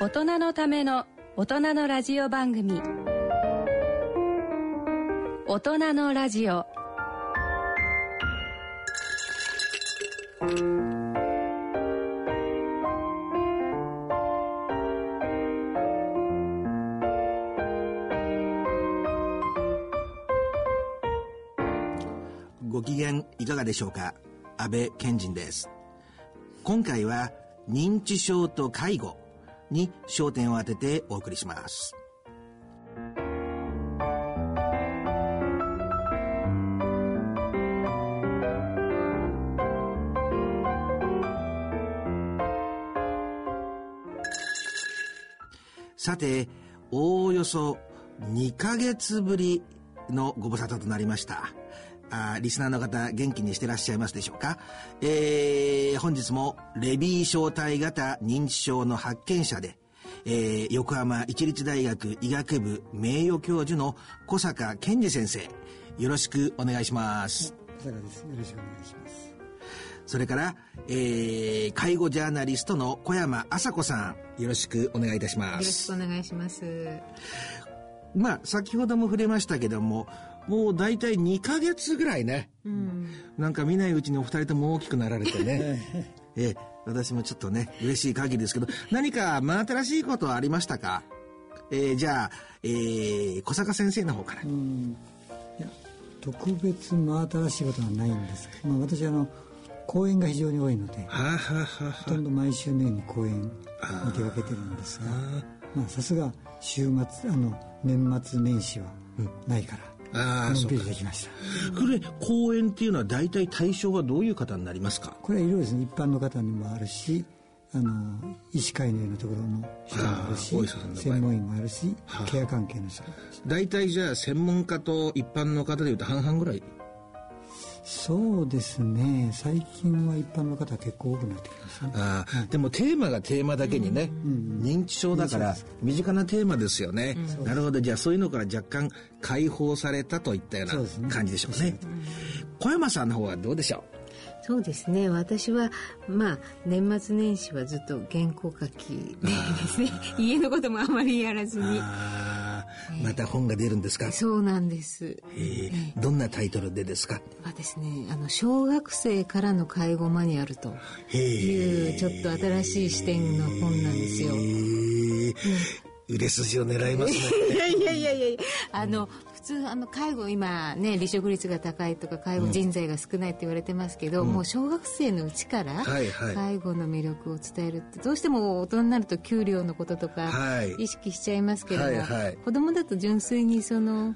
大人のための大人のラジオ番組、大人のラジオ。 ご機嫌いかがでしょうか。安倍賢人です。今回は認知症と介護に焦点を当ててお送りします。さて、おおよそ2ヶ月ぶりのご無沙汰となりました。リスナーの方元気にしてらっしゃいますでしょうか。本日もレビー小体型認知症の発見者で、横浜市立大学医学部名誉教授の小坂健二先生、よろしくお願いします。 小坂です。よろしくお願いします。 それから、介護ジャーナリストの小山麻子さん、よろしくお願いいたします。 よろしくお願いします。 先ほども触れましたけども、もうだいたい2ヶ月ぐらいね、なんか見ないうちにお二人とも大きくなられてね私もちょっとね嬉しい限りですけど、何か真新しいことはありましたか。じゃあ、小坂先生の方から。 いや、特別真新しいことはないんですけど、私講演が非常に多いので、ほとんど毎週のように講演に手掛けてるんですが、さすが週末年末年始はないから、のんびりできました。 これ講演っていうのは大体対象はどういう方になりますか。 これはいろいろですね。一般の方にもあるし、医師会のようなところの人もあるし、専門医もあるし、ケア関係の人もあるし。 大体じゃあ専門家と一般の方でいうと半々ぐらい。 そうですね。最近は一般の方は結構多くなってきましたね。 でもテーマがテーマだけにね、認知症だから身近なテーマですよね。なるほど。じゃあそういうのから若干解放されたといったような感じでしょうね。小山さんの方はどうでしょう。 そうですね。私は年末年始はずっと原稿書きでですね、家のこともあまりやらずに。 また本が出るんですか。 そうなんです。 どんなタイトルでですか。 はですね、小学生からの介護マニュアルというちょっと新しい視点の本なんですよ。 売れ筋を狙いますね。 いや普通介護今ね、離職率が高いとか介護人材が少ないって言われてますけど、もう小学生のうちから介護の魅力を伝えるって、どうしても大人になると給料のこととか意識しちゃいますけども、子供だと純粋に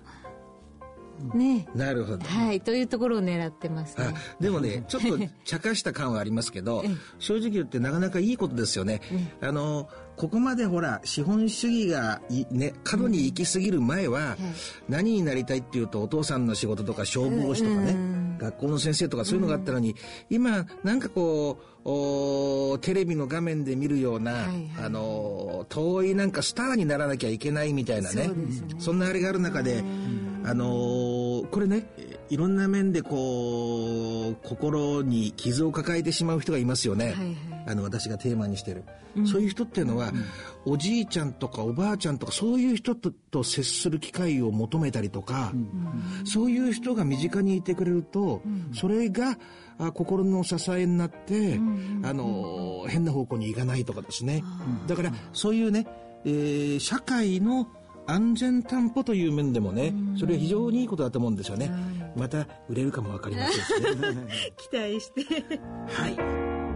なるほど。 というところを狙ってますね。 でもね、ちょっと茶化した感はありますけど、正直言ってなかなかいいことですよね。ここまでほら、資本主義が過度に行き過ぎる前は、何になりたいっていうと、お父さんの仕事とか消防士とかね、学校の先生とかそういうのがあったのに、今、なんかテレビの画面で見るような、遠いなんかスターにならなきゃいけないみたいなね、そんなあれがある中で、これね、いろんな面で心に傷を抱えてしまう人がいますよね。私がテーマにしてる、そういう人っていうのは、おじいちゃんとかおばあちゃんとかそういう人と接する機会を求めたりとか、そういう人が身近にいてくれると、それが心の支えになって、変な方向に行かないとかですね。だからそういうね、社会の安全担保という面でもね、それは非常にいいことだと思うんですよね。また売れるかもわかりませんしね。 期待して。 はい。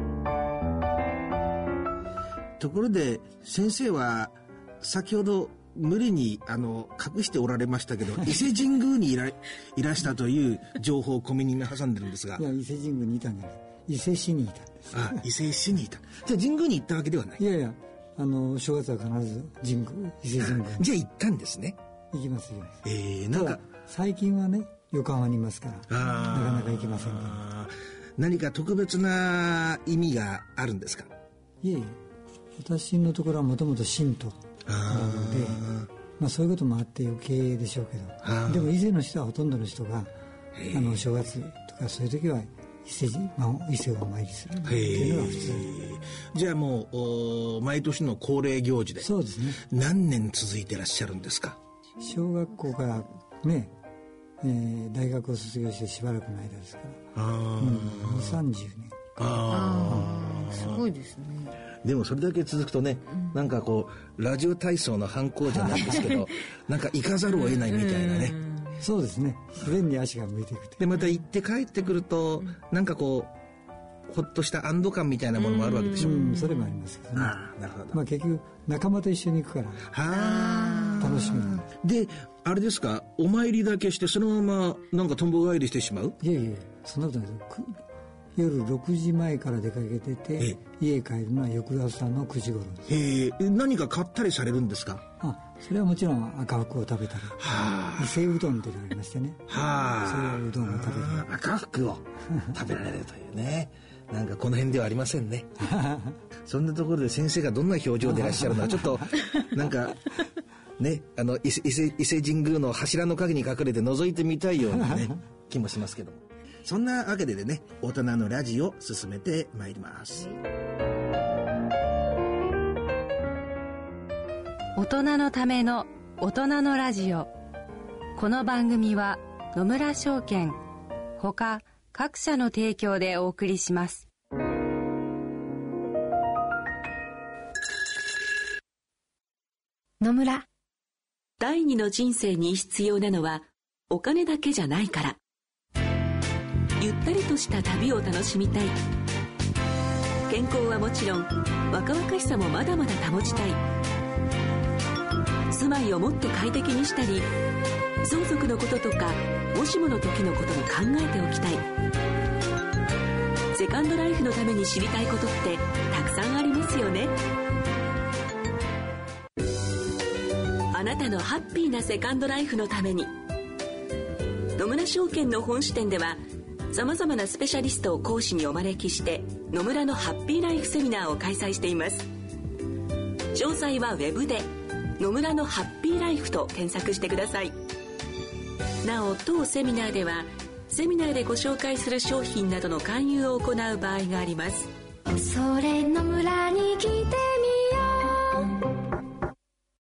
ところで先生は先ほど無理に隠しておられましたけど、伊勢神宮にいらしたという情報を小耳に挟んでるんですが。 いや、伊勢神宮にいたんじゃない、伊勢市にいたんです。 伊勢市にいた。じゃあ神宮に行ったわけではない。 いや正月は必ず伊勢神宮に。 じゃあ行ったんですね。 行きます。 なんか最近はね、横浜にいますから、なかなか行けませんが。 何か特別な意味があるんですか。 いえ、私のところはもともと神道なので、そういうこともあって余計でしょうけど、でも以前の人はほとんどの人が正月とかそういう時は伊勢をお参りするっていうのが普通。 じゃあもう毎年の恒例行事で。 そうですね。 何年続いてらっしゃるんですか？ 小学校からね、大学を卒業してしばらくの間ですから、30年。 すごいですね。 でもそれだけ続くとね、なんかこうラジオ体操の反抗じゃないですけどなんか行かざるを得ないみたいなね。 そうですね。自然に足が向いていく。 でまた行って帰ってくると、なんかこうほっとした安堵感みたいなものもあるわけでしょ。 それもありますけどね。 なるほど。 結局仲間と一緒に行くから楽しみ。 であれですか、お参りだけしてそのままなんかとんぼ帰りしてしまう？ いやそんなことないです。夜6時前から出かけてて、家帰るのは翌朝の9時頃です。 何か買ったりされるんですか？ それはもちろん赤福を食べたり、伊勢うどんっていうのがありましてね、それをうどんを食べる。 赤福を食べられるというねなんかこの辺ではありませんねそんなところで先生がどんな表情でいらっしゃるのはちょっとなんかね、伊勢神宮の柱の陰に隠れて覗いてみたいようなね気もしますけども、そんなわけでね、大人のラジオ進めてまいります。 大人のための大人のラジオ。この番組は野村証券ほか各社の提供でお送りします。 野村、第二の人生に必要なのはお金だけじゃないから。ゆったりとした旅を楽しみたい。健康はもちろん若々しさもまだまだ保ちたい。住まいをもっと快適にしたり、相続のこととかもしもの時のことも考えておきたい。セカンドライフのために知りたいことってたくさんありますよね。あなたのハッピーなセカンドライフのために、野村証券の本支店ではさまざまなスペシャリストを講師にお招きして野村のハッピーライフセミナーを開催しています。詳細はウェブで野村のハッピーライフと検索してください。なお当セミナーではセミナーでご紹介する商品などの勧誘を行う場合があります。 それ野村に来てみよう。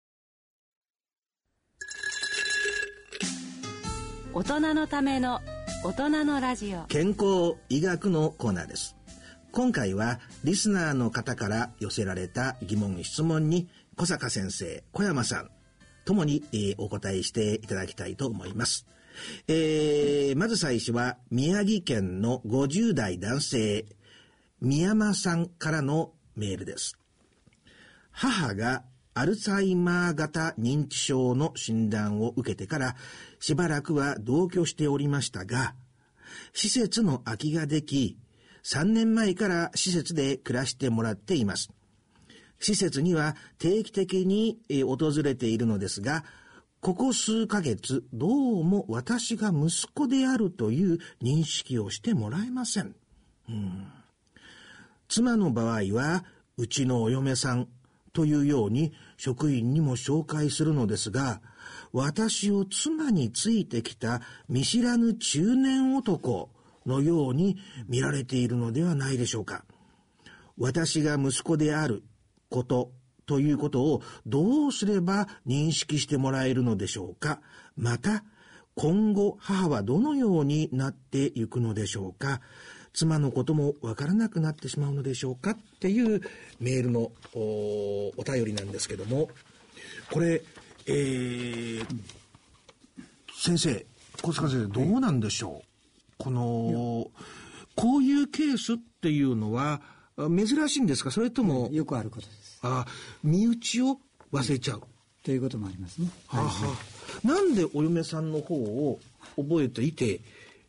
大人のための大人のラジオ、 健康医学のコーナーです。今回はリスナーの方から寄せられた疑問質問に小坂先生、小山さんともに、お答えしていただきたいと思います。まず最初は宮城県の50代男性宮山さんからのメールです。母がアルツハイマー型認知症の診断を受けてからしばらくは同居しておりましたが、施設の空きができ、3年前から施設で暮らしてもらっています。施設には定期的に訪れているのですが、ここ数ヶ月どうも私が息子であるという認識をしてもらえません。妻の場合はうちのお嫁さんというように職員にも紹介するのですが、私を妻についてきた見知らぬ中年男のように見られているのではないでしょうか。私が息子であることということをどうすれば認識してもらえるのでしょうか。また今後母はどのようになっていくのでしょうか。妻のこともわからなくなってしまうのでしょうかっていうメールの お便りなんですけども、これ、先生、小塚先生どうなんでしょう。こういうケースっていうのは珍しいんですか、それとも。 よくあることです。 身内を忘れちゃう、 ということもありますね。 なんでお嫁さんの方を覚えていて、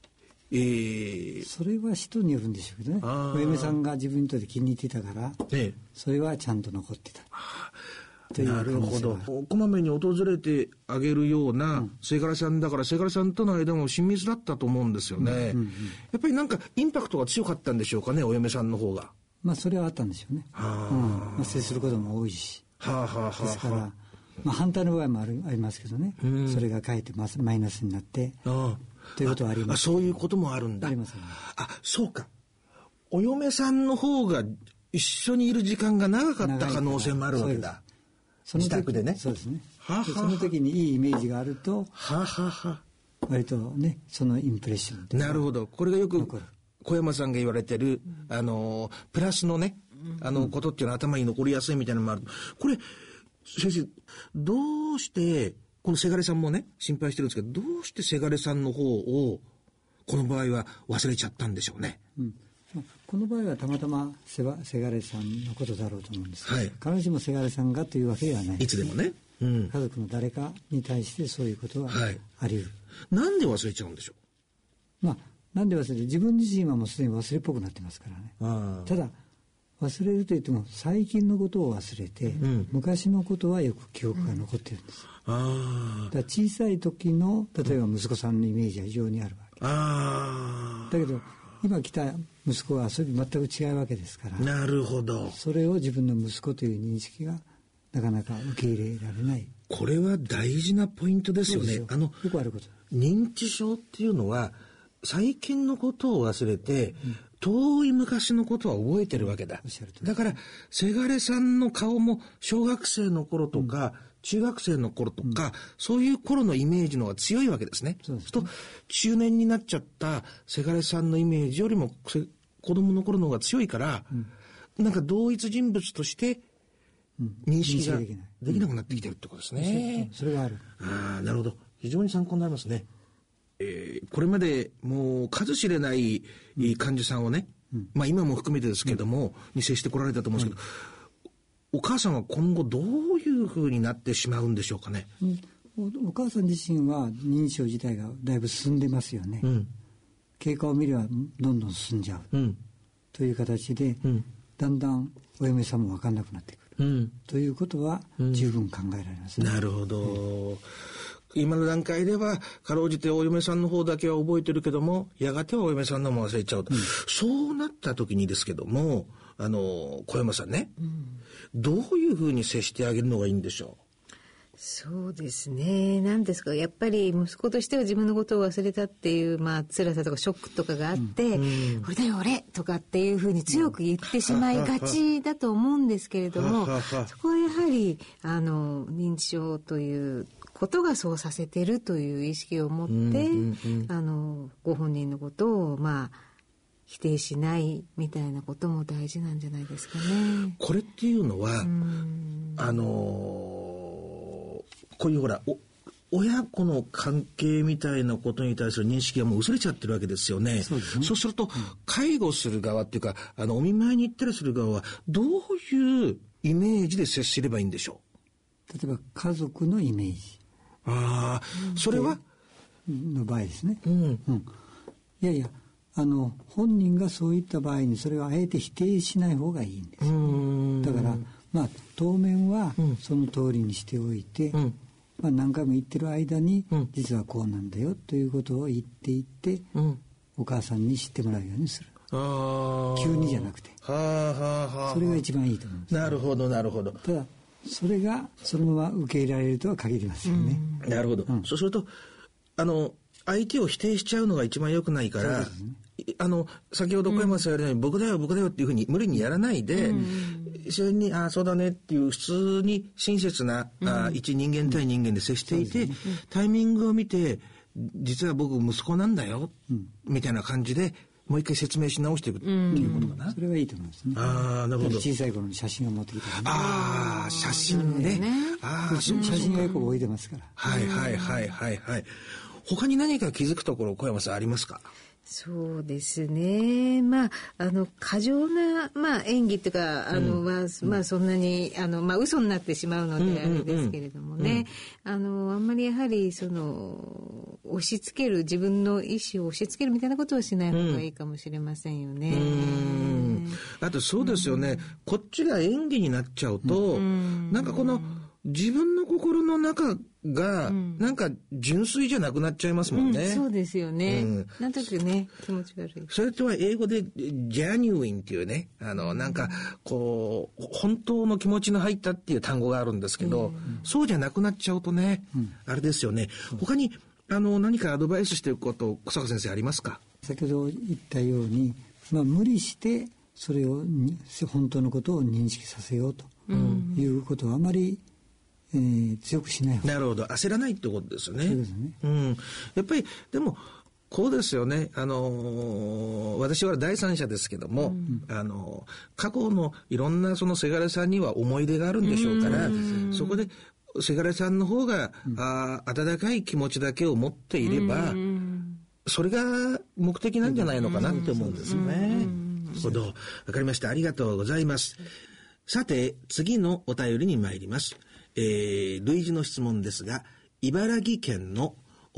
それは人によるんでしょうけどね。お嫁さんが自分にとって気に入ってたから、それはちゃんと残ってた。 なるほど。こまめに訪れてあげるような聖柄さんだから、聖柄さんとの間も親密だったと思うんですよね。やっぱりなんかインパクトが強かったんでしょうかね、お嫁さんの方が。 それはあったんでしょうね。接することも多いし。ですから、反対の場合もありますけどね。それがかえってマイナスになってということはあります。 そういうこともあるんだ。 ありますね。 そうか。お嫁さんの方が一緒にいる時間が長かった可能性もあるわけだ。自宅でね。 そうですね。その時にいいイメージがあると、割とね、そのインプレッション。 なるほど。これがよく小山さんが言われてる、プラスのね、ことっていうのは頭に残りやすいみたいなのもある。これ、先生、どうして、このせがれさんもね、心配してるんですけど、どうしてせがれさんの方を、この場合は忘れちゃったんでしょうね。 この場合はたまたませがれさんのことだろうと思うんですけど、必ずしもせがれさんがというわけではない。 いつでもね。 家族の誰かに対してそういうことはあり得る。 なんで忘れちゃうんでしょう。なんで忘れて、自分自身はもうすでに忘れっぽくなってますからね。ただ忘れるといっても最近のことを忘れて、昔のことはよく記憶が残ってるんです。だから小さい時の例えば息子さんのイメージは非常にあるわけ。だけど今来た息子はそれ全く違うわけですから。 なるほど。 それを自分の息子という認識がなかなか受け入れられない。 これは大事なポイントですよね。 よくあること。 認知症っていうのは最近のことを忘れて、遠い昔のことは覚えてるわけだ。だからせがれさんの顔も小学生の頃とか、中学生の頃とか、そういう頃のイメージの方が強いわけですね。そうすると中年になっちゃったせがれさんのイメージよりも子供の頃の方が強いから、なんか同一人物として認識ができなくなってきてるってことですね。 それがある。 なるほど。非常に参考になりますね。これまでもう数知れない患者さんをね、今も含めてですけども、に接してこられたと思うんですけど、お母さんは今後どういうふうになってしまうんでしょうかね。 お母さん自身は認知症自体がだいぶ進んでますよね。経過を見ればどんどん進んじゃう、という形で、だんだんお嫁さんも分かんなくなってくる、ということは十分考えられますね。 なるほど。今の段階ではかろうじてお嫁さんの方だけは覚えてるけども、やがてはお嫁さんのも忘れちゃうと、そうなった時にですけども、小山さんね、どういうふうに接してあげるのがいいんでしょう。 そうですね。何ですか、やっぱり息子としては自分のことを忘れたっていう、辛さとかショックとかがあって、俺だよ俺とかっていうふうに強く言ってしまいがちだと思うんですけれども、そこはやはり認知症ということがそうさせてるという意識を持って、ご本人のことを否定しないみたいなことも大事なんじゃないですかね。 これっていうのはこういうほら親子の関係みたいなことに対する認識がもう薄れちゃってるわけですよね。そうすると、介護する側っていうかお見舞いに行ったりする側はどういうイメージで接すればいいんでしょう。例えば家族のイメージ。 それはの場合ですね。いやいや本人がそういった場合にそれをあえて否定しない方がいいんです。だから当面はその通りにしておいて、何回も言ってる間に、実はこうなんだよということを言っていって、お母さんに知ってもらうようにする。急にじゃなくて、それが一番いいと思います。 なるほどなるほど。ただそれがそのまま受け入れられるとは限りますよね。 なるほど、そうすると相手を否定しちゃうのが一番良くないから、先ほど小山さんが言われたように、僕だよ僕だよっていうふうに無理にやらないで、一緒にそうだねっていう普通に親切な、一人間対人間で接していて、タイミングを見て実は僕息子なんだよ、みたいな感じでもう一回説明し直していくっていうことかな。 それはいいと思いますね。 なるほど。 小さい頃に写真を持ってきたり、 写真ね。 写真がよく置いてますから。 他に何か気づくところ小山さんありますか？ そうですね。過剰な、演技とか、そんなに、嘘になってしまうのであれですけれどもね。あんまりやはり、押し付ける、自分の意思を押し付けるみたいなことはしない方がいいかもしれませんよね。 あとそうですよね。こっちが演技になっちゃうと、なんかこの、自分の心の中がなんか純粋じゃなくなっちゃいますもんね。 そうですよね。なんとなくね、気持ち悪い。 それとは英語でジャニュインっていうね、なんかこう本当の気持ちの入ったっていう単語があるんですけど、そうじゃなくなっちゃうとね、あれですよね。他に何かアドバイスしていくこと小坂先生ありますか？ 先ほど言ったように、無理してそれを本当のことを認識させようということはあまり、強くしない方が。 なるほど、焦らないってことですよね。 そうですね。 やっぱりでもこうですよね。私は第三者ですけども、過去のいろんなそのせがれさんには思い出があるんでしょうから、そこでせがれさんの方が、温かい気持ちだけを持っていれば、それが目的なんじゃないのかなって思うんですよね。なるほど、わかりました。ありがとうございます。さて次のお便りに参ります。類似の質問ですが、茨城県の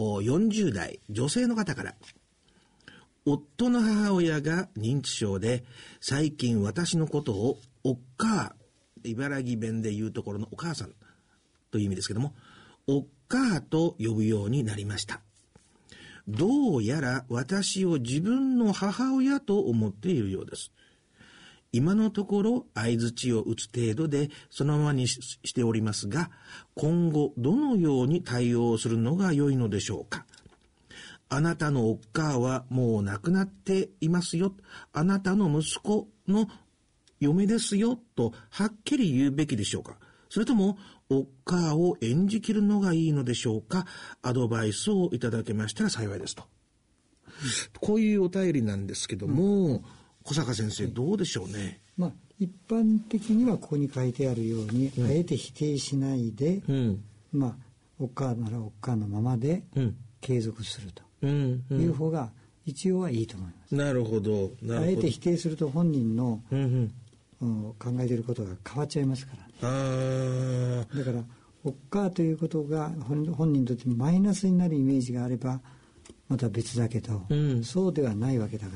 40代女性の方から、夫の母親が認知症で最近私のことをおっかー、茨城弁で言うところのお母さんという意味ですけども、おっかーと呼ぶようになりました。どうやら私を自分の母親と思っているようです。今のところ相槌を打つ程度でそのままにしておりますが、今後どのように対応するのが良いのでしょうか。あなたのおっかーはもう亡くなっていますよ。あなたの息子の嫁ですよとはっきり言うべきでしょうか。それともおっかーを演じきるのがいいのでしょうか。アドバイスをいただけましたら幸いですと。こういうお便りなんですけども、小坂先生どうでしょうね。 一般的にはここに書いてあるように、あえて否定しないで、おっかーならおっかーのままで継続するという方が一応はいいと思います。 なるほど。 あえて否定すると本人の、考えていることが変わっちゃいますから、だからおっかーということが本人にとってマイナスになるイメージがあればまた別だけど、そうではないわけだから、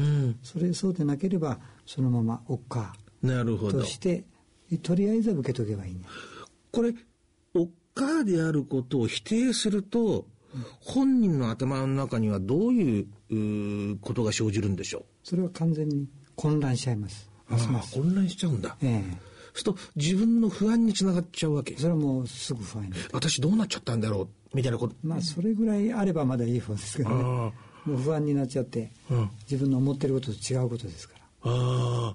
そうでなければそのままおっかーとしてとりあえずは受けとけばいいね。 これおっかーであることを否定すると、本人の頭の中にはどういうことが生じるんでしょう。 それは完全に混乱しちゃいます。 混乱しちゃうんだ。そうすると自分の不安につながっちゃうわけ。 それはもうすぐ不安になる。 私どうなっちゃったんだろうみたいなこと。 それぐらいあればまだいい方ですけどね。もう不安になっちゃって、自分の思ってることと違うことですから。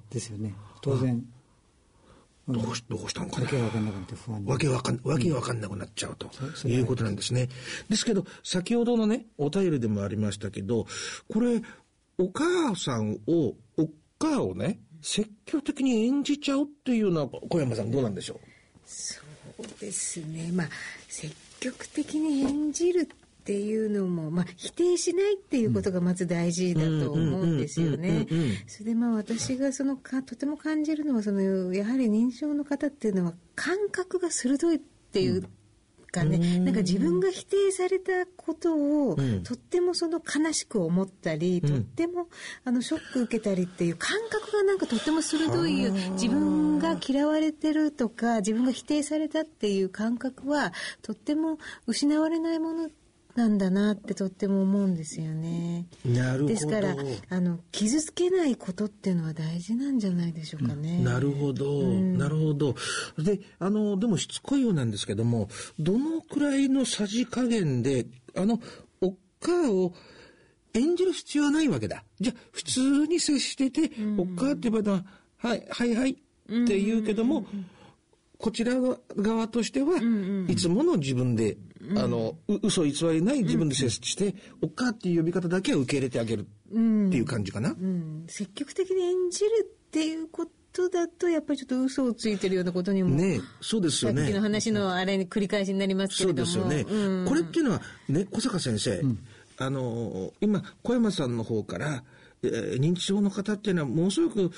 ですよね。当然。 どうしたのかな。 わけが分かんなくなって不安に。 わけが分かんなくなっちゃうということなんですね。ですけど先ほどのねお便りでもありましたけど、これお母さんをおっかーをね積極的に演じちゃうっていうのは小山さんどうなんでしょう。 そうですね、積極的に演じるっていうのも、否定しないっていうことがまず大事だと思うんですよね。それで私がとても感じるのはやはり認知症の方っていうのは感覚が鋭いっていうかね、なんか自分が否定されたことを、とっても悲しく思ったり、とってもショック受けたりっていう感覚がなんかとっても鋭い、自分が嫌われてるとか自分が否定されたっていう感覚はとっても失われないものなんだなってとっても思うんですよね。 なるほど。 ですから傷つけないことっていうのは大事なんじゃないでしょうかね。 なるほど、なるほど。ででもしつこいようなんですけども、どのくらいのさじ加減でおっかーを演じる必要はないわけだ。じゃあ普通に接してて、おっかーって言えばはいって言うけども、こちら側としては、いつもの自分で嘘偽りない自分で接して、おっかーっていう呼び方だけは受け入れてあげるっていう感じかな。 積極的に演じるっていうことだとやっぱりちょっと嘘をついてるようなことにもね、そうですよね。 さっきの話のあれに繰り返しになりますけれども、 そうですよね。これっていうのはね、小坂先生、今小山さんの方から認知症の方っていうのはものすごく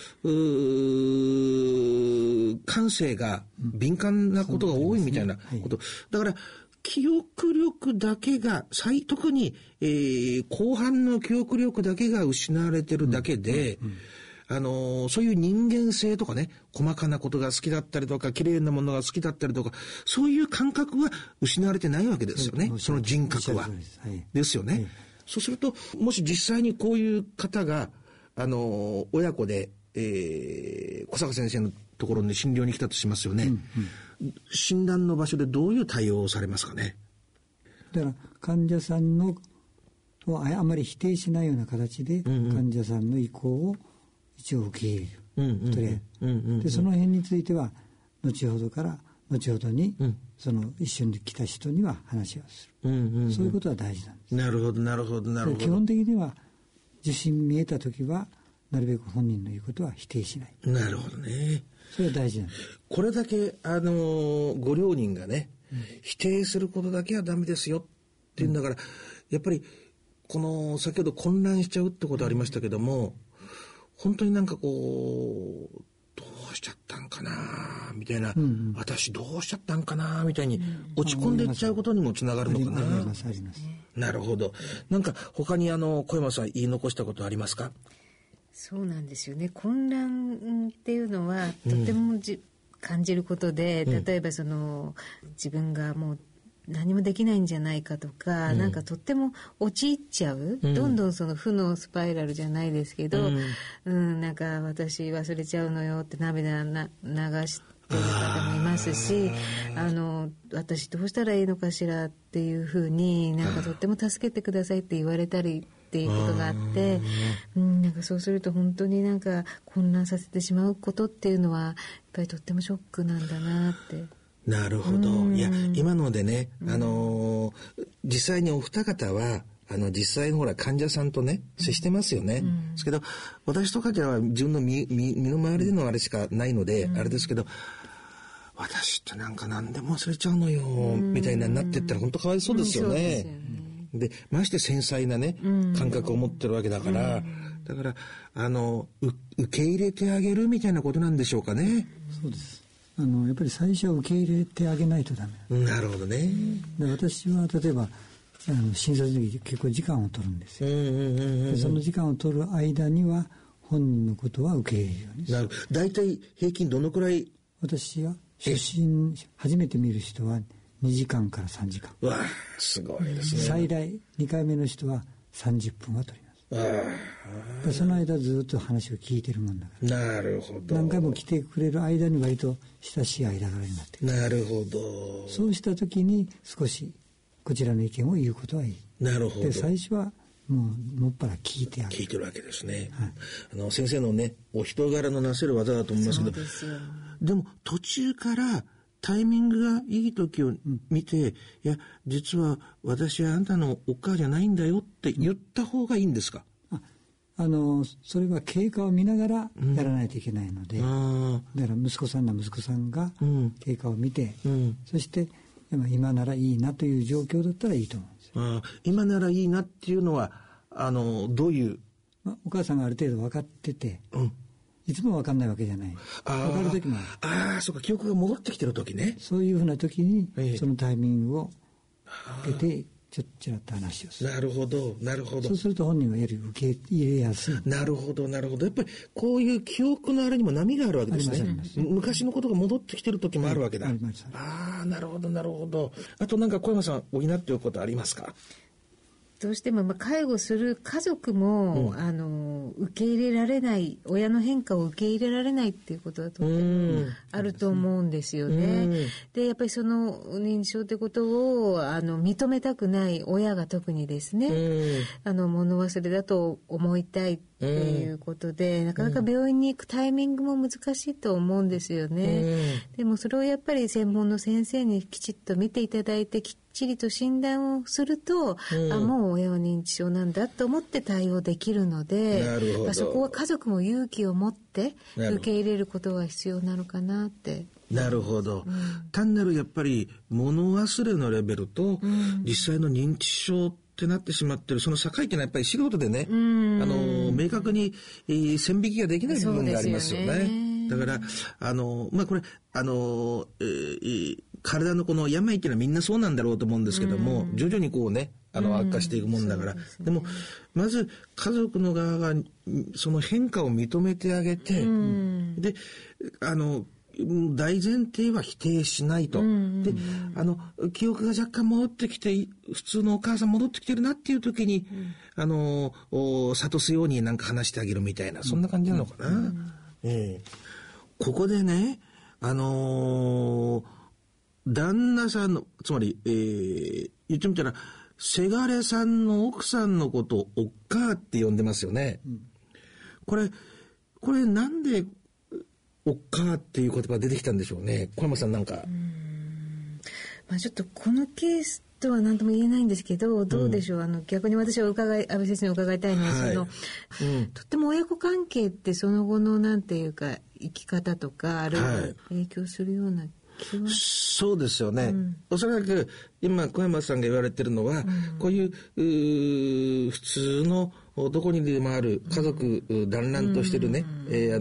感性が敏感なことが多いみたいなこと、だから記憶力だけが特に、後半の記憶力だけが失われてるだけで、そういう人間性とかね、細かなことが好きだったりとか綺麗なものが好きだったりとか、そういう感覚は失われてないわけですよね。その人格はですよね。そうするともし実際にこういう方が親子で、小坂先生のところに診療に来たとしますよね。診断の場所でどういう対応をされますかね。 だから患者さんのあまり否定しないような形で、患者さんの意向を一応受け入れる、とりあえず、でその辺については後ほどに、その一緒に来た人には話をする、そういうことは大事なんです。 なるほどなるほどなるほど。 基本的には受診見えた時はなるべく本人の言うことは否定しない。 なるほどね。 それは大事なんです。 これだけご両人がね、否定することだけはダメですよっていうんだから、やっぱりこの先ほど混乱しちゃうってことありましたけども、本当になんかこうどうしちゃったんかなみたいな、私どうしちゃったんかなみたいに落ち込んでいっちゃうことにもつながるのかな。 あります。 なるほど。なんか他に小山さん言い残したことありますか？ そうなんですよね。混乱っていうのはとても感じることで、例えばその自分がもう何もできないんじゃないかとか、なんかとっても陥っちゃう、どんどんその負のスパイラルじゃないですけど、なんか私忘れちゃうのよって涙流してる方もいますし、私どうしたらいいのかしらっていうふうになんかとっても助けてくださいって言われたりっていうことがあって、なんかそうすると本当になんか混乱させてしまうことっていうのはやっぱりとってもショックなんだなって。 なるほど。いや今のでね、実際にお二方は実際のほら患者さんとね接してますよね。ですけど私とかでは自分の身の回りでのあれしかないので、あれですけど、私ってなんか何でも忘れちゃうのよみたいなになってったら本当かわいそうですよね。でまして繊細なね感覚を持ってるわけだから、だから受け入れてあげるみたいなことなんでしょうかね。 そうです。やっぱり最初は受け入れてあげないとダメ。 なるほどね。 で私は例えば診察の時結構時間を取るんですよ。でその時間を取る間には本人のことは受け入れるようにする。 だいたい平均どのくらい？ 私は初めて見る人は2時間から3時間。 わあすごいですね。 最大2回目の人は30分は取ります。その間ずっと話を聞いてるもんだから。 なるほど。 何回も来てくれる間に割と親しい間柄になってくる。 なるほど。 そうした時に少しこちらの意見を言うことはいい。 なるほど。 で最初はもっぱら聞いてあげる。 聞いてるわけですね。先生のねお人柄のなせる技だと思いますけど、 そうですよ。 でも途中からタイミングがいい時を見て、いや実は私はあんたのお母じゃないんだよって言った方がいいんですか？ それは経過を見ながらやらないといけないので、だから息子さんが経過を見て、そして今ならいいなという状況だったらいいと思うんですよ。 今ならいいなっていうのはどういう、 お母さんがある程度分かってて、いつも分かんないわけじゃない。分かる時もある。 そうか、記憶が戻ってきてる時ね。 そういうふうな時に、そのタイミングを受けてちらっと話をする。 なるほどなるほど。 そうすると本人はより受け入れやすい。 なるほどなるほど。やっぱりこういう記憶のあれにも波があるわけですね。昔のことが戻ってきてる時もあるわけだ。 あります。 なるほどなるほど。あとなんか小山さん補っておくことありますか？ どうしても介護する家族も、受け入れられない、親の変化を受け入れられないっていうことだとってもあると思うんですよね。でやっぱりその認知症ってことを認めたくない親が特にですね、物忘れだと思いたいっていうことで、なかなか病院に行くタイミングも難しいと思うんですよね。でもそれをやっぱり専門の先生にきちっと見ていただいて、きっちりと診断をすると、もう親は認知症なんだと思って対応できるので、そこは家族も勇気を持って受け入れることが必要なのかなって。 なるほど、単なるやっぱり物忘れのレベルと、実際の認知症ってなってしまってるその境っていうのはやっぱり素人でね、明確に、線引きができない部分がありますよね。だからこれ体のこの病っていうのはみんなそうなんだろうと思うんですけども、徐々にこうね悪化していくもんだから、でもまず家族の側がその変化を認めてあげて、で大前提は否定しないと、で記憶が若干戻ってきて普通のお母さん戻ってきてるなっていう時に、諭すようになんか話してあげるみたいな、そんな感じなのかな。ここでね旦那さんの、つまり、言ってみたら、せがれさんの奥さんのことをおっかーって呼んでますよね。これなんでおっかーっていう言葉が出てきたんでしょうね。小山さんなんか。 ちょっとこのケースとは何とも言えないんですけど、どうでしょう、逆に私は安倍先生に伺いたいのは、とっても親子関係ってその後のなんていうか生き方とかあるいは影響するような気は、 そうですよね、おそらく今小山さんが言われてるのは、こういう普通のどこにでもある家族団らんとしてるね、家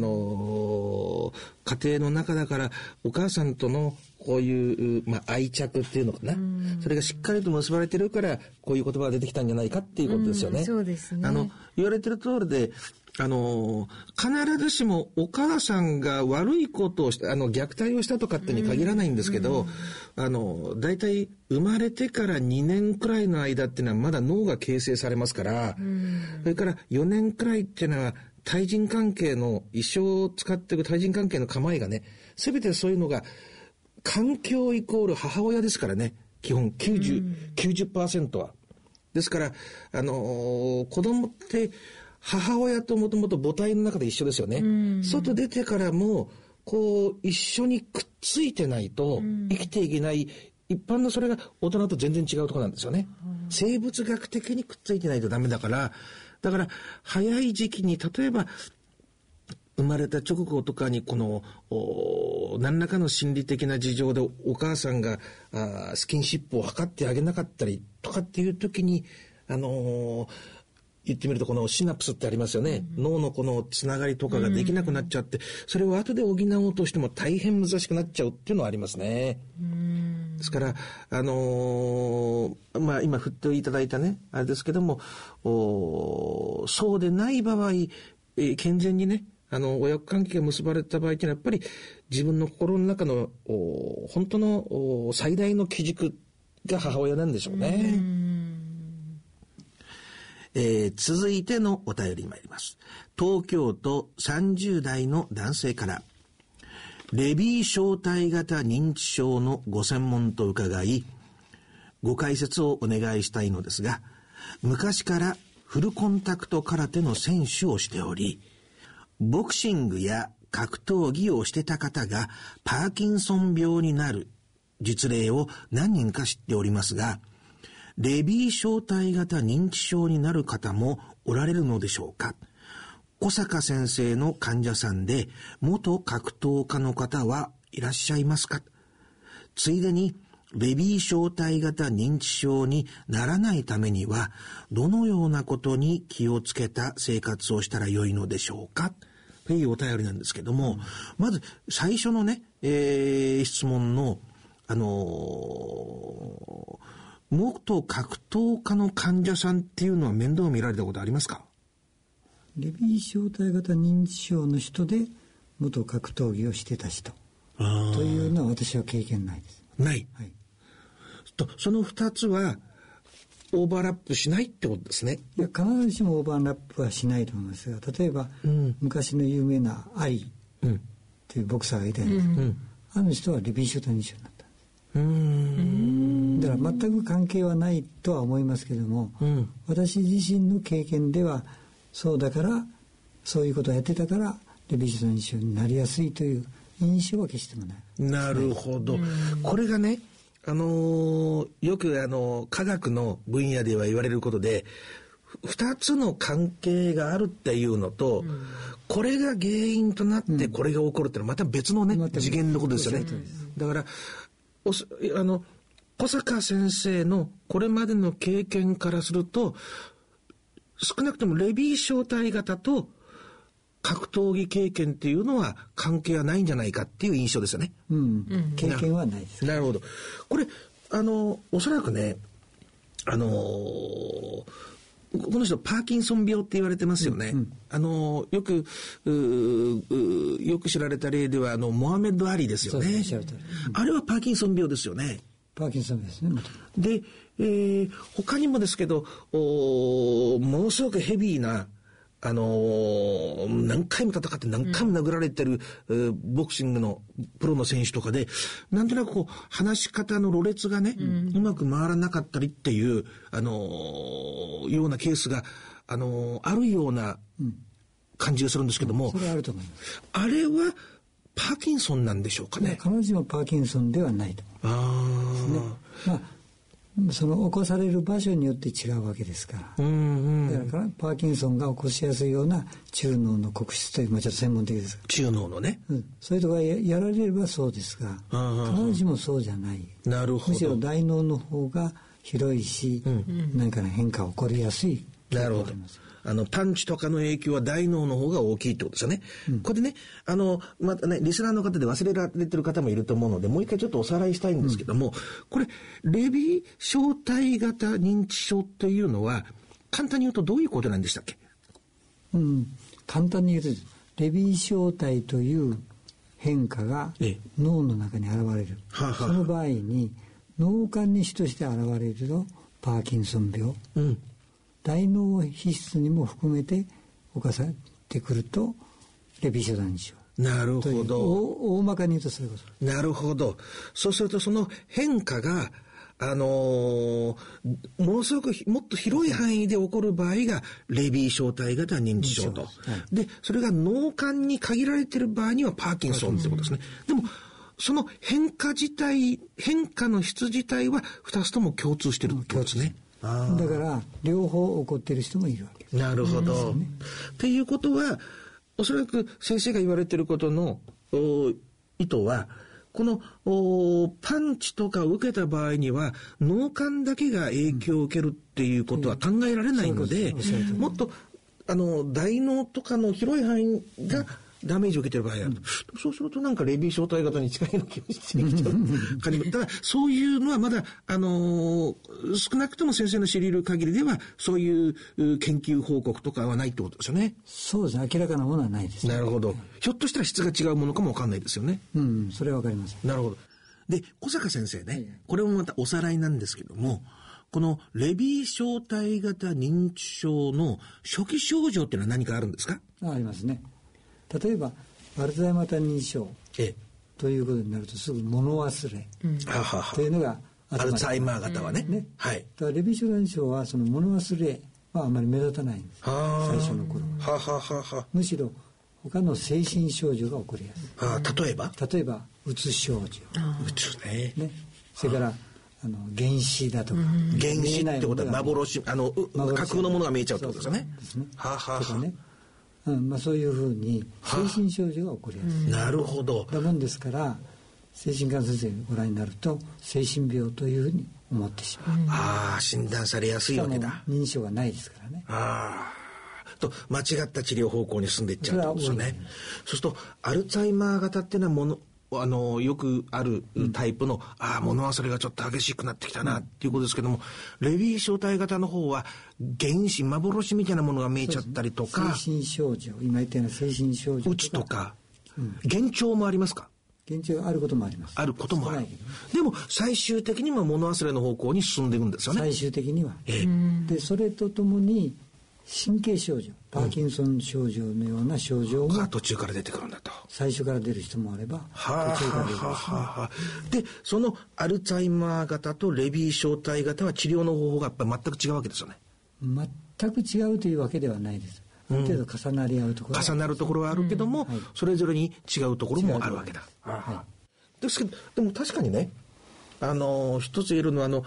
庭の中だからお母さんとのこういう、愛着っていうのかな、それがしっかりと結ばれてるからこういう言葉が出てきたんじゃないかっていうことですよね。 そうですね。 言われてる通りで必ずしもお母さんが悪いことをした虐待をしたとかってに限らないんですけど、だいたい生まれてから2年くらいの間っていうのはまだ脳が形成されますから、それから4年くらいっていうのは対人関係の一生を使っていく対人関係の構えがね、全てそういうのが環境イコール母親ですからね、基本 90% は。ですから子供って母親ともともと母体の中で一緒ですよね。外出てからもこう一緒にくっついてないと生きていけない、一般のそれが大人と全然違うところなんですよね。生物学的にくっついてないとダメだから、早い時期に例えば生まれた直後とかにこの何らかの心理的な事情でお母さんがスキンシップを図ってあげなかったりとかっていう時に言ってみるとこのシナプスってありますよね、脳のこのつながりとかができなくなっちゃって、それを後で補おうとしても大変難しくなっちゃうっていうのはありますね。ですから今振っていただいたねあれですけども、そうでない場合、健全にね親子関係が結ばれた場合というのはやっぱり自分の心の中の本当の最大の基軸が母親なんでしょうね。続いてのお便りに参ります。東京都30代の男性から、レビー小体型認知症のご専門と伺いご解説をお願いしたいのですが、昔からフルコンタクト空手の選手をしており、ボクシングや格闘技をしてた方がパーキンソン病になる実例を何人か知っておりますが、レビー小体型認知症になる方もおられるのでしょうか。小坂先生の患者さんで元格闘家の方はいらっしゃいますか。ついでにレビー小体型認知症にならないためにはどのようなことに気をつけた生活をしたらよいのでしょうかというお便りなんですけども、まず最初のね、質問の元格闘家の患者さんっていうのは面倒を見られたことありますか。 レビー小体型認知症の人で元格闘技をしてた人というのは私は経験ないです。 ない、はい、その2つはオーバーラップしないってことですね。 いや必ずしもオーバーラップはしないと思いますが、例えば、昔の有名なアリというボクサーがいたんです、あの人はレビー小体認知症になったんです。だから全く関係はないとは思いますけども、私自身の経験ではそうだからそういうことをやってたからレビー小体認知症になりやすいという印象は決してもない。 なるほど。これがねよく科学の分野では言われることで2つの関係があるっていうのと、これが原因となってこれが起こるっていうのはまた別のね、次元のことですよね。だから小坂先生のこれまでの経験からすると少なくともレビー小体型と格闘技経験っていうのは関係はないんじゃないかっていう印象ですよね。 経験はないです。 なるほど。これおそらくねこの人パーキンソン病って言われてますよね。よく知られた例ではモハメド・アリですよね。あれはパーキンソン病ですよね。 パーキンソンですね。 で、他にもですけどものすごくヘビーな何回も戦って何回も殴られてる、ボクシングのプロの選手とかで、なんとなくこう、話し方のろれつがね、うまく回らなかったりっていう、ようなケースが、あるような感じがするんですけども、 それはあると思います。 あれは、パーキンソンなんでしょうかね。 必ずしもパーキンソンではないと思いますね。その起こされる場所によって違うわけですから、だからパーキンソンが起こしやすいような中脳の黒質という、ちょっと専門的ですが、 中脳のね、 そういうところが やられればそうですが、必ずしもそうじゃない。 なるほど。 むしろ大脳の方が広いし、何かの変化が起こりやすい。 なるほど。パンチとかの影響は大脳の方が大きいってことですよね。これでね、またね、リスナーの方で忘れられてる方もいると思うので、もう一回ちょっとおさらいしたいんですけども、これ、レビー小体型認知症っていうのは、簡単に言うとどういうことなんでしたっけ？ 簡単に言うと、レビー小体という変化が脳の中に現れる。その場合に、脳幹に主として現れると、パーキンソン病。大脳皮質にも含めて侵されてくるとレビー小体認知症。 なるほど。 大まかに言うとそういうこと。 なるほど。そうするとその変化がものすごくもっと広い範囲で起こる場合がレビー小体型認知症と、でそれが脳幹に限られている場合にはパーキンソンってことですね。でもその変化の質自体は2つとも共通しているってことですね。 だから両方起こっている人もいるわけ。 なるほど。っていうことはおそらく先生が言われていることの意図はこのパンチとかを受けた場合には脳幹だけが影響を受けるっていうことは考えられないので、もっと大脳とかの広い範囲がダメージを受けている場合がある、そうするとなんかレビー小体型に近いような気がしてきたただそういうのはまだ少なくとも先生の知り得る限りではそういう研究報告とかはないってことですよね。 そうですね。明らかなものはないです、ね。 なるほど。ひょっとしたら質が違うものかもわかんないですよね。 それはわかりません。 なるほど。で小坂先生ね、これもまたおさらいなんですけども、このレビー小体型認知症の初期症状っていうのは何かあるんですか？ ありますね。例えばアルツハイマー型認知症ということになるとすぐ物忘れというのがアルツハイマー型はね、 はい。だからレビー小体認知症はその物忘れはあまり目立たないんです。最初の頃はむしろ他の精神症状が起こりやすい。例えばうつ症状、 うつね。 それから原子だとか、 原子ってことは幻、架空のものが見えちゃうってことですね。 とかね。そういうふうに精神症状が起こりやすい。 なるほど。 だもんですから精神科先生ご覧になると精神病というふうに思ってしまう。 診断されやすいわけだ。 認知症がないですからね。 と間違った治療方向に進んでいっちゃうってことですよね。そうするとアルツハイマー型っていうのはよくあるタイプの、物忘れがちょっと激しくなってきたなっていうことですけども、レビー小体型の方は原子幻みたいなものが見えちゃったりとか、 精神症状、今言ったような精神症状うつとか、幻聴もありますか？ 幻聴があることもあります。 あることもある。でも最終的には物忘れの方向に進んでいくんですよね。 最終的には。でそれとともに神経症状、パーキンソン症状のような症状が途中から出てくるんだと。 最初から出る人もあれば途中から出る人もある。でそのアルツハイマー型とレビー小体型は治療の方法がやっぱり全く違うわけですよね。 全く違うというわけではないです。ある程度重なり合うところ、 重なるところはあるけども、それぞれに違うところもあるわけだ。ですけどでも確かにね、一つ言えるのは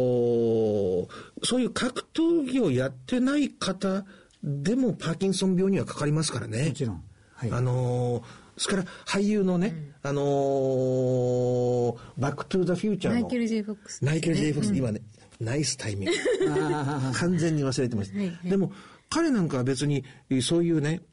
そういう格闘技をやってない方でもパーキンソン病にはかかりますからね。 もちろん。 ですから俳優のね、バックトゥザフューチャーのマイケル・J・フォックス、 マイケル・J・フォックス、今ねナイスタイミング完全に忘れてました。でも彼なんかは別にそういうね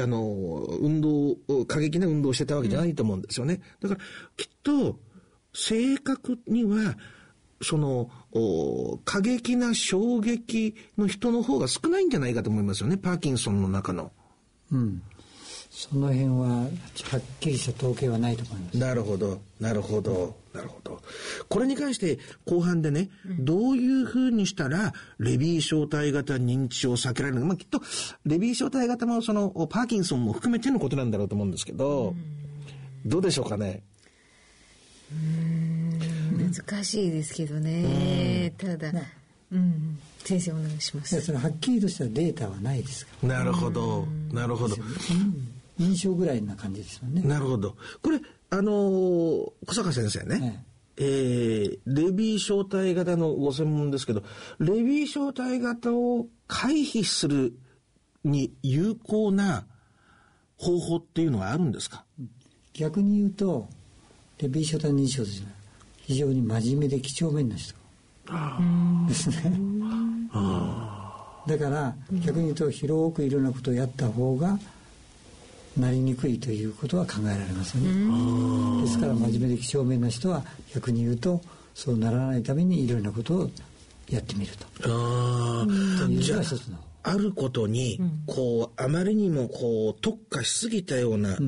過激な運動をしてたわけじゃないと思うんですよね。だからきっと正確にはその過激な衝撃の人の方が少ないんじゃないかと思いますよね、パーキンソンの中の。 その辺ははっきりした統計はないと思います。 なるほど。これに関して後半でね、どういうふうにしたらレビー小体型認知症を避けられるのか、きっとレビー小体型もそのパーキンソンも含めてのことなんだろうと思うんですけど、どうでしょうかね。 難しいですけどね。ただ、先生お願いします。 それはっきりとしたデータはないですから。 なるほど。 印象ぐらいな感じですよね。 なるほど。これ小坂先生ね、レビー小体型のご専門ですけど、レビー小体型を回避するに有効な方法っていうのはあるんですか？ 逆に言うとレビー小体認知症ですね、非常に真面目で几帳面な人ですね。だから逆に言うと広くいろんなことをやった方がなりにくいということは考えられますよね。ですから真面目で几帳面な人は逆に言うとそうならないためにいろんなことをやってみるというのが一つの。 あることにあまりにも特化しすぎたような、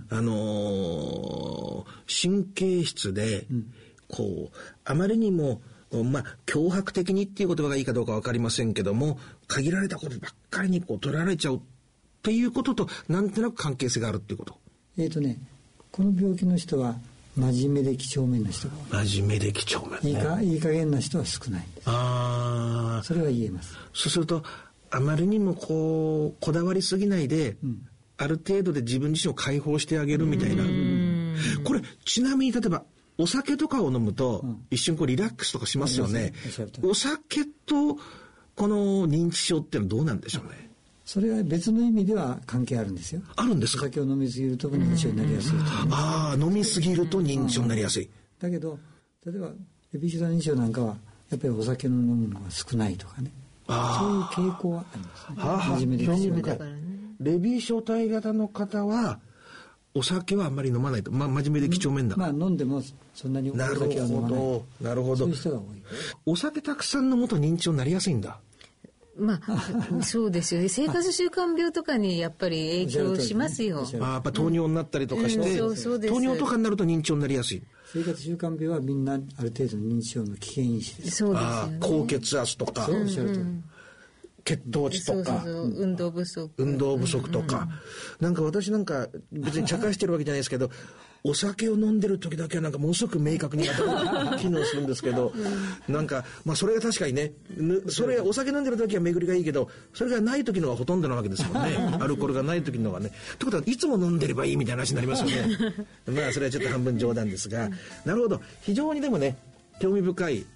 神経質で、あまりにも脅迫的にっていう言葉がいいかどうか分かりませんけども、限られたことばっかりに取られちゃうっていうこととなんとなく関係性があるっていうこと。 この病気の人は真面目で几帳面な人が多い。 真面目で几帳面、 いい加減な人は少ないんです。それは言えます。 そうするとあまりにもこだわりすぎないで、ある程度で自分自身を解放してあげるみたいな。これちなみに例えばお酒とかを飲むと、一瞬リラックスとかしますよね。お酒とこの認知症っていうのはどうなんでしょうね。 それは別の意味では関係あるんですよ。 あるんですか？ お酒を飲みすぎると認知症になりやすいと、 飲みすぎると認知症になりやすい。 だけど例えばレビー小体認知症なんかはやっぱりお酒の飲むのが少ないとかね、そういう傾向はありますね。真面目で几帳面だからね。 レビー小体型の方はお酒はあんまり飲まないと、真面目で几帳面だ。 飲んでもそんなにお酒は飲まない。 なるほど。 そういう人が多い。 お酒たくさん飲むと認知症になりやすいんだ。 そうですよね。生活習慣病とかにやっぱり影響しますよ。 やっぱ糖尿になったりとかして、糖尿とかになると認知症になりやすい。 生活習慣病はみんなある程度認知症の危険因子です。 そうですよね。 高血圧とか、血糖値とか、 運動不足とか、なんか私なんか別に茶化してるわけじゃないですけど、お酒を飲んでる時だけはなんかものすごく明確に機能するんですけど、なんかそれが確かにね、それお酒飲んでる時は巡りがいいけど、それがない時のがほとんどなわけですもんね。アルコールがない時のがね。ってことはいつも飲んでればいいみたいな話になりますよね。それはちょっと半分冗談ですが、なるほど。非常にでもね、興味深い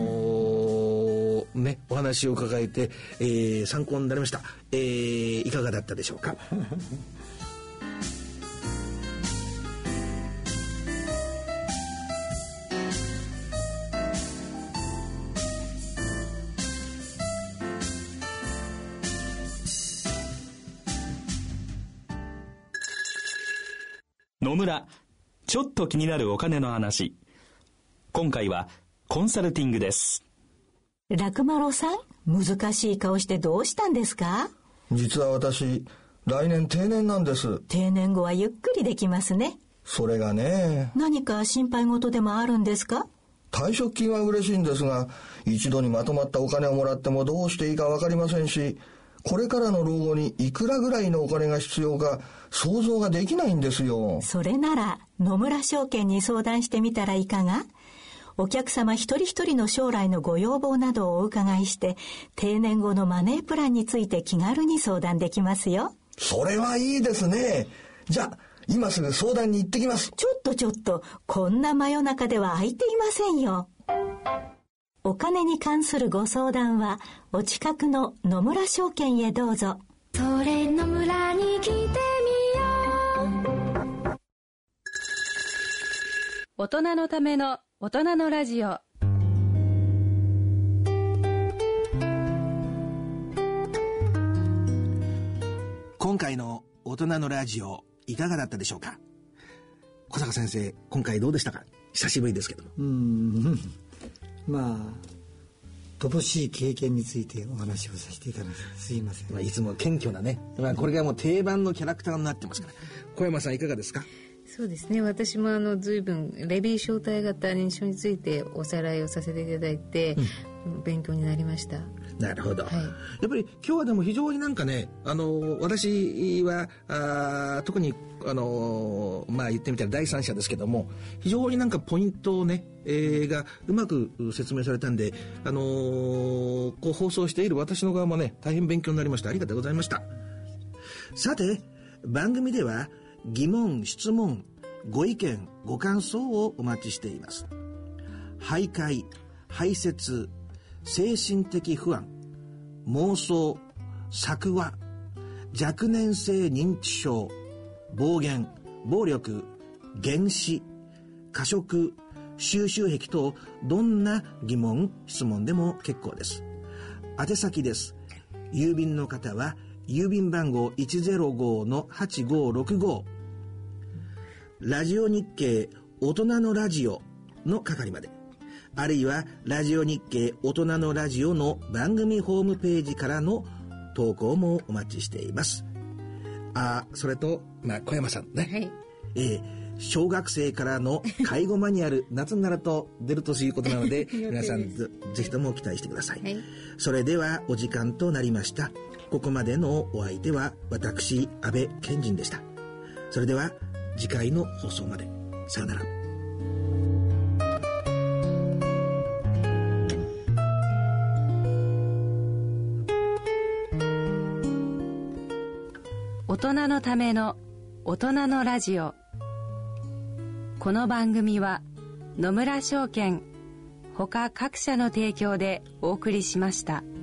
お話を伺えて、参考になりました。いかがだったでしょうか。 野村、ちょっと気になるお金の話。今回はコンサルティングです。 楽丸さん、難しい顔してどうしたんですか？ 実は私、来年定年なんです。 定年後はゆっくりできますね。 それがね。 何か心配事でもあるんですか？ 退職金は嬉しいんですが、一度にまとまったお金をもらってもどうしていいかわかりませんし、これからの老後にいくらぐらいのお金が必要か想像ができないんですよ。 それなら野村証券に相談してみたらいかが？お客様一人一人の将来のご要望などをお伺いして、定年後のマネープランについて気軽に相談できますよ。 それはいいですね。じゃあ今すぐ相談に行ってきます。 ちょっとこんな真夜中では空いていませんよ。お金に関するご相談はお近くの野村証券へどうぞ。 それ野村に来てみよう。 大人のための大人のラジオ。 今回の大人のラジオいかがだったでしょうか。小坂先生、今回どうでしたか？久しぶりですけど。 乏しい経験についてお話をさせていただきます。すいません。 いつも謙虚なね、これがもう定番のキャラクターになってますから。小山さんいかがですか？ そうですね、私も随分レビー小体型認知症についておさらいをさせていただいて、勉強になりました。 なるほど、やっぱり今日はでも非常になんかね、私は特に言ってみたら第三者ですけども、非常になんかポイントをね、がうまく説明されたんで、こう放送している私の側もね、大変勉強になりました。ありがとうございました。さて、番組では疑問、質問、ご意見、ご感想をお待ちしています。徘徊、排泄、精神的不安、妄想、作話、若年性認知症、暴言、暴力、幻視、過食、収集癖等、どんな疑問、質問でも結構です。宛先です。郵便の方は郵便番号 105-8565 ラジオ日経大人のラジオの係まで、あるいはラジオ日経大人のラジオの番組ホームページからの投稿もお待ちしています。それと、小山さんね、小学生からの介護マニュアル夏になると出るということなので皆さんぜひとも期待してください、それではお時間となりました。ここまでのお相手は私安倍賢人でした。それでは次回の放送まで。さよなら。 大人のための大人のラジオ。この番組は野村証券ほか各社の提供でお送りしました。